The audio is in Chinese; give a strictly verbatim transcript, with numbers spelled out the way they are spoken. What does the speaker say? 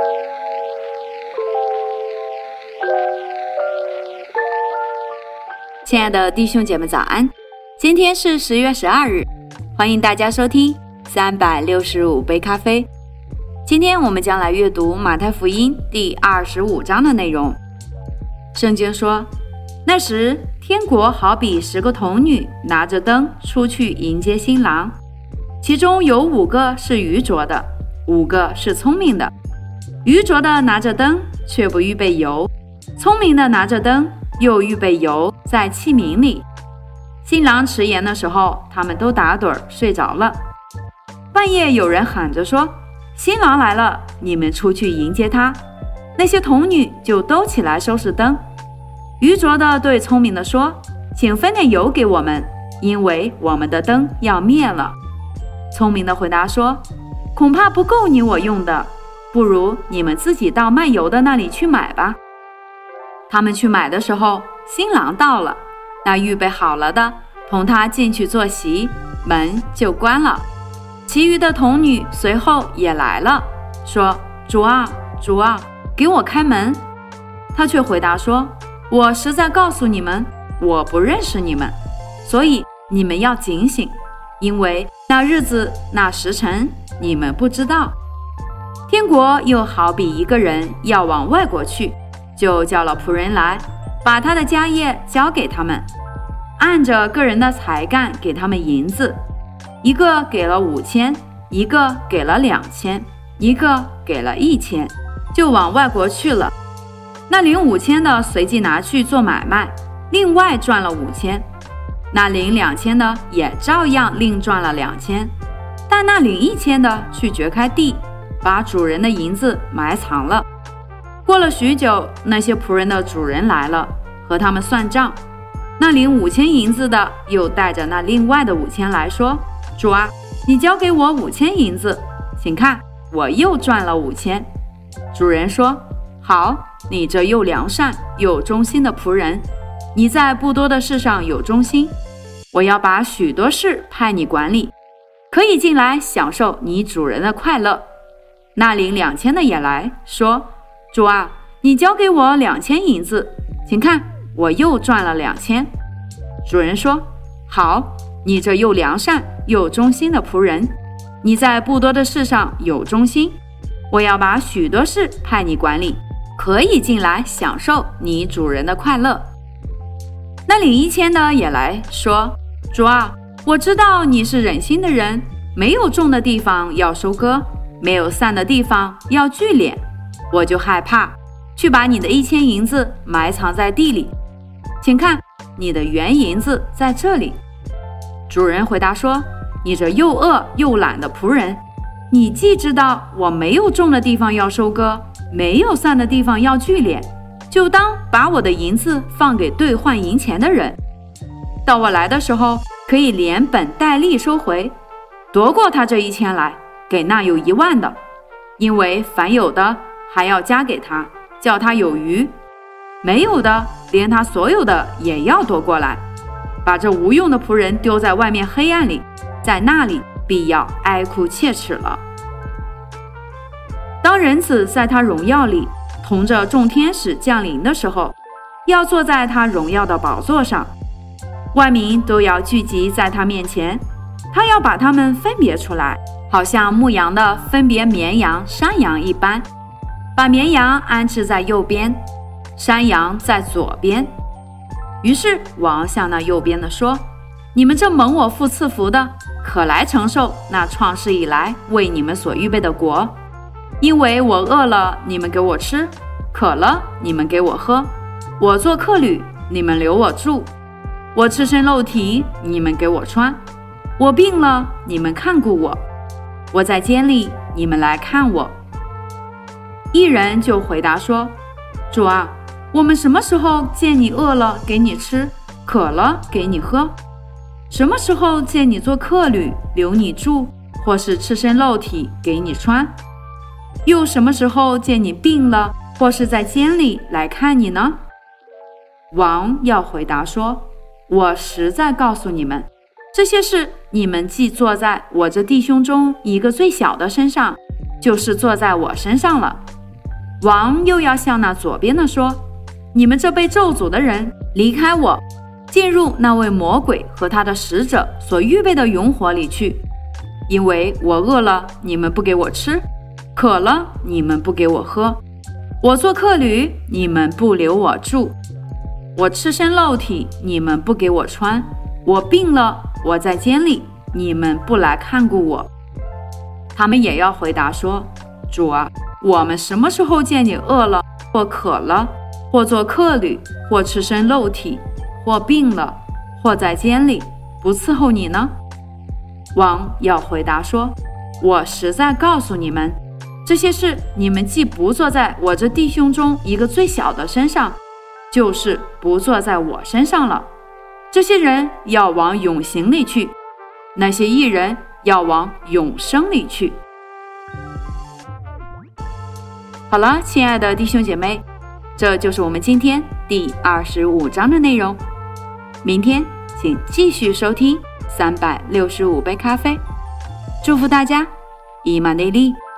亲爱的弟兄姐妹早安，今天是十月十二日，欢迎大家收听三百六十五杯咖啡。今天我们将来阅读马太福音第二十五章的内容。圣经说，那时天国好比十个童女拿着灯出去迎接新郎，其中有五个是愚拙的，五个是聪明的。愚拙的拿着灯却不预备油，聪明的拿着灯又预备油在器皿里。新郎迟延的时候，他们都打盹睡着了。半夜有人喊着说，新郎来了，你们出去迎接他。那些童女就都起来收拾灯。愚拙的对聪明的说，请分点油给我们，因为我们的灯要灭了。聪明的回答说，恐怕不够你我用的，不如你们自己到卖油的那里去买吧。他们去买的时候，新郎到了，那预备好了的同他进去坐席，门就关了。其余的童女随后也来了，说，主啊，主啊，给我开门。他却回答说，我实在告诉你们，我不认识你们，所以你们要警醒，因为那日子那时辰你们不知道。天国又好比一个人要往外国去，就叫了仆人来，把他的家业交给他们，按着个人的才干给他们银子，一个给了五千，一个给了两千，一个给了一千，就往外国去了。那领五千的随即拿去做买卖，另外赚了五千；那领两千的也照样另赚了两千。但那领一千的去掘开地，把主人的银子埋藏了。过了许久，那些仆人的主人来了，和他们算账。那领五千银子的又带着那另外的五千来说，主啊，你交给我五千银子，请看，我又赚了五千。主人说，好，你这又良善又忠心的仆人，你在不多的事上有忠心，我要把许多事派你管理，可以进来享受你主人的快乐。那领两千的也来说，主啊，你交给我两千银子，请看，我又赚了两千。主人说，好，你这又良善又忠心的仆人，你在不多的事上有忠心，我要把许多事派你管理，可以进来享受你主人的快乐。那领一千的也来说，主啊，我知道你是忍心的人，没有种的地方要收割，没有散的地方要聚敛，我就害怕，去把你的一千银子埋藏在地里，请看，你的原银子在这里。主人回答说，你这又饿又懒的仆人，你既知道我没有种的地方要收割，没有散的地方要聚敛，就当把我的银子放给兑换银钱的人，到我来的时候，可以连本带利收回，夺过他这一千来，给那有一万的，因为凡有的还要加给他，叫他有余；没有的，连他所有的也要夺过来，把这无用的仆人丢在外面黑暗里，在那里必要哀哭切齿了。当人子在他荣耀里同着众天使降临的时候，要坐在他荣耀的宝座上，万民都要聚集在他面前，他要把他们分别出来，好像牧羊的分别绵羊山羊一般，把绵羊安置在右边，山羊在左边。于是王向那右边的说，你们这蒙我父赐福的，可来承受那创世以来为你们所预备的国，因为我饿了，你们给我吃；渴了，你们给我喝；我做客旅，你们留我住；我赤身露体，你们给我穿；我病了，你们看顾我；我在监里，你们来看我。一人就回答说，主啊，我们什么时候见你饿了给你吃，渴了给你喝？什么时候见你做客旅留你住，或是赤身露体给你穿？又什么时候见你病了，或是在监里来看你呢？王要回答说，我实在告诉你们，这些事你们既坐在我这弟兄中一个最小的身上，就是坐在我身上了。 王又要向那左边的说，你们这被咒诅的人，离开我，进入那位魔鬼和他的使者所预备的永火里去，因为我饿了，你们不给我吃，渴了，你们不给我喝，我做客旅，你们不留我住，我赤身露体，你们不给我穿，我病了，我在监里，你们不来看顾我。他们也要回答说，主啊，我们什么时候见你饿了，或渴了，或做客旅，或赤身露体，或病了，或在监里，不伺候你呢？王要回答说，我实在告诉你们，这些事你们既不做在我这弟兄中一个最小的身上，就是不做在我身上了。这些人要往永刑里去，那些义人要往永生里去。好了，亲爱的弟兄姐妹，这就是我们今天第二十五章的内容。明天请继续收听三百六十五杯咖啡。祝福大家，伊玛内利。